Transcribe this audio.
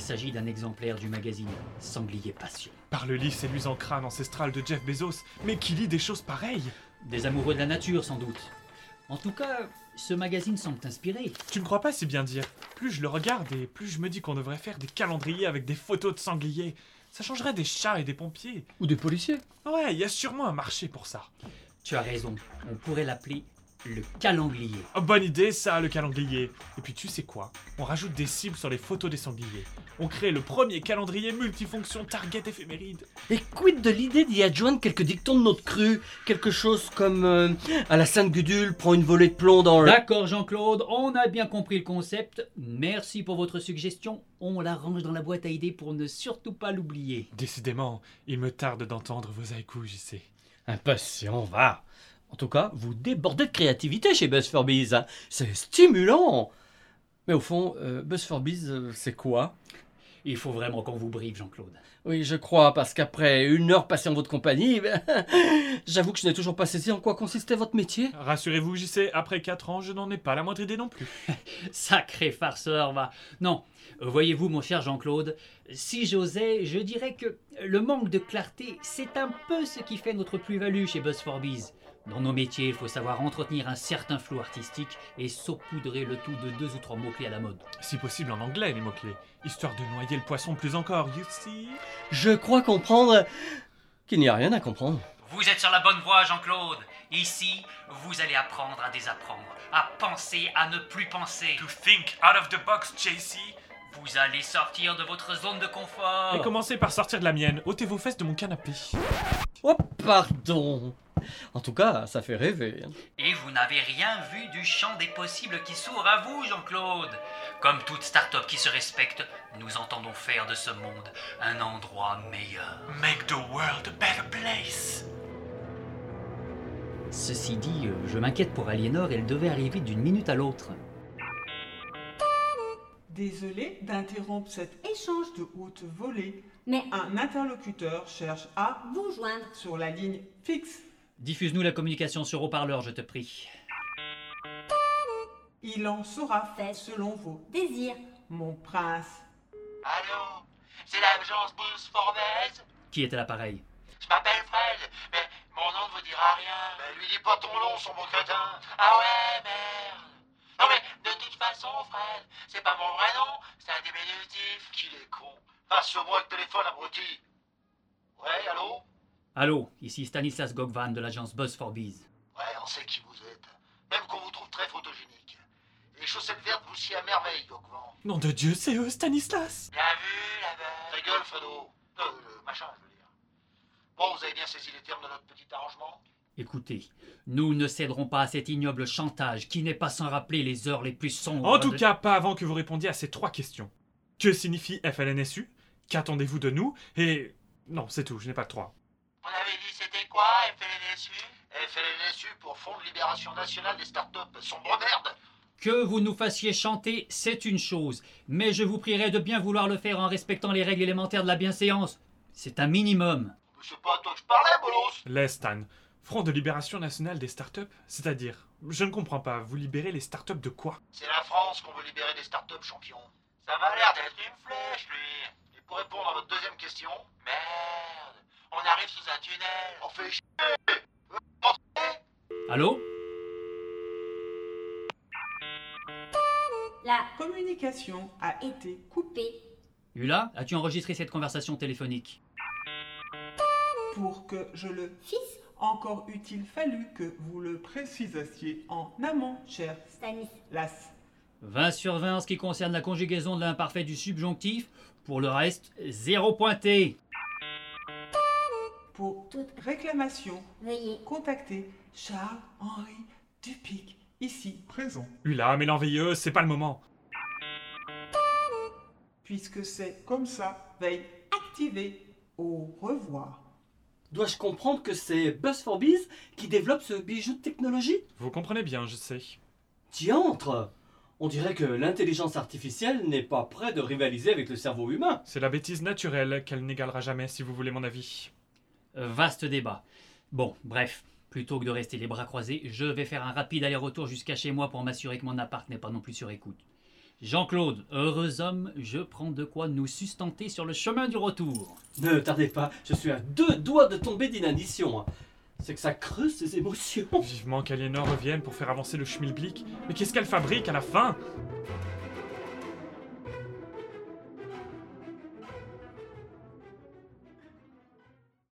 s'agit d'un exemplaire du magazine Sanglier Passion. Par le lit séduisant crâne ancestral de Jeff Bezos, mais qui lit des choses pareilles? Des amoureux de la nature, sans doute. En tout cas, ce magazine semble t'inspirer. Tu ne crois pas, c'est bien dire. Plus je le regarde et plus je me dis qu'on devrait faire des calendriers avec des photos de sangliers. Ça changerait des chats et des pompiers. Ou des policiers. Ouais, il y a sûrement un marché pour ça. Tu as raison, on pourrait l'appeler le calenglier. Oh, bonne idée ça, le calendrier. Et puis tu sais quoi? On rajoute des cibles sur les photos des sangliers. On crée le premier calendrier multifonction target éphéméride. Et quid de l'idée d'y adjoindre quelques dictons de notre cru? Quelque chose comme à la Sainte Gudule, prends une volée de plomb dans le... D'accord Jean-Claude, on a bien compris le concept. Merci pour votre suggestion. On la range dans la boîte à idées pour ne surtout pas l'oublier. Décidément, il me tarde d'entendre vos haïkus, JC. Impatient, va. En tout cas, vous débordez de créativité chez Buzz for Biz, hein. C'est stimulant. Mais au fond, Buzz for Biz, c'est quoi? Il faut vraiment qu'on vous briefe Jean-Claude. Oui, je crois, parce qu'après 1 heure passée en votre compagnie, j'avoue que je n'ai toujours pas saisi en quoi consistait votre métier. Rassurez-vous, JC, après 4 ans, je n'en ai pas la moindre idée non plus. Sacré farceur, va. Non, voyez-vous mon cher Jean-Claude, si j'osais, je dirais que le manque de clarté, c'est un peu ce qui fait notre plus-value chez Buzz for Biz. Dans nos métiers, il faut savoir entretenir un certain flou artistique et saupoudrer le tout de 2 ou 3 mots-clés à la mode. Si possible en anglais, les mots-clés, histoire de noyer le poisson plus encore, you see. Je crois comprendre qu'il n'y a rien à comprendre. Vous êtes sur la bonne voie Jean-Claude. Ici, vous allez apprendre à désapprendre, à penser à ne plus penser. To think out of the box, JC. Vous allez sortir de votre zone de confort. Et commencez par sortir de la mienne, ôtez vos fesses de mon canapé. Oh, pardon. En tout cas, ça fait rêver. Et vous n'avez rien vu du champ des possibles qui s'ouvre à vous, Jean-Claude. Comme toute start-up qui se respecte, nous entendons faire de ce monde un endroit meilleur. Make the world a better place. Ceci dit, je m'inquiète pour Aliénor, elle devait arriver d'une minute à l'autre. Désolé d'interrompre cet échange de haute volée. Mais Un interlocuteur cherche à vous joindre. sur la ligne fixe. Diffuse-nous la communication sur haut-parleur, je te prie. Il en sera fait Fait. selon vos Désir. mon prince. Allô? C'est l'agence Buzz for Biz? Qui est à l'appareil? Je m'appelle Fred, mais mon nom ne vous dira rien. Ben lui dis pas ton nom, son beau crétin. Ah ouais, merde. Non mais, de toute façon, Fred, c'est pas mon vrai nom, c'est un diminutif. Qu'il est con. Passe-moi le téléphone, abruti. Ouais, allô? Allô, ici Stanislas Gogvan de l'agence Buzz for Biz. Ouais, on sait qui vous êtes. Même qu'on vous trouve très photogénique. Et les chaussettes vertes vous sied à merveille, Gokvan. Nom de Dieu, c'est eux, Stanislas. Bien vu, la belle. Ta gueule, Fredo. Le machin, je veux dire. Bon, vous avez bien saisi les termes de notre petit arrangement? Écoutez, nous ne céderons pas à cet ignoble chantage qui n'est pas sans rappeler les heures les plus sombres. En tout cas, pas avant que vous répondiez à ces 3 questions. Que signifie FLNSU? Qu'attendez-vous de nous? Et... non, c'est tout, je n'ai pas de 3. On avait dit c'était quoi, FLNSU? FLNSU pour Fonds de Libération Nationale des Startups. Sombre merde. Que vous nous fassiez chanter, c'est une chose, mais je vous prierai de bien vouloir le faire en respectant les règles élémentaires de la bienséance. C'est un minimum. Mais c'est pas à toi que je parlais, bolos. Laisse, Stan. Front de libération nationale des startups? C'est-à-dire, je ne comprends pas, vous libérez les startups de quoi? C'est la France qu'on veut libérer des startups, champion. Ça m'a l'air d'être une flèche, lui. Et pour répondre à votre deuxième question... Merde. On arrive sous un tunnel. On fait chier. Allô? La Communication a été coupée. Hula, as-tu enregistré cette conversation téléphonique? pour que je le Fils encore eût-il fallu que vous le précisiez en amont, cher Stanislas. 20 sur 20 en ce qui concerne la conjugaison de l'imparfait du subjonctif. Pour le reste, 0 pointé. Pour Toute réclamation, Veuillez contactez Charles-Henri Dupic, ici présent. Hula, mélanveilleux, c'est pas le moment. Puisque c'est comme ça, veille activée. Au revoir. Dois-je comprendre que c'est Buzz for Biz qui développe ce bijou de technologie? Vous comprenez bien, je sais. Diantre! On dirait que l'intelligence artificielle n'est pas près de rivaliser avec le cerveau humain. C'est la bêtise naturelle qu'elle n'égalera jamais, si vous voulez mon avis. Vaste débat. Bon, bref, plutôt que de rester les bras croisés, je vais faire un rapide aller-retour jusqu'à chez moi pour m'assurer que mon appart n'est pas non plus sur écoute. Jean-Claude, heureux homme, je prends de quoi nous sustenter sur le chemin du retour. Ne tardez pas, je suis à 2 doigts de tomber d'inanition. C'est que ça creuse ses émotions. Vivement qu'Aliénor revienne pour faire avancer le schmilblick. Mais qu'est-ce qu'elle fabrique à la fin?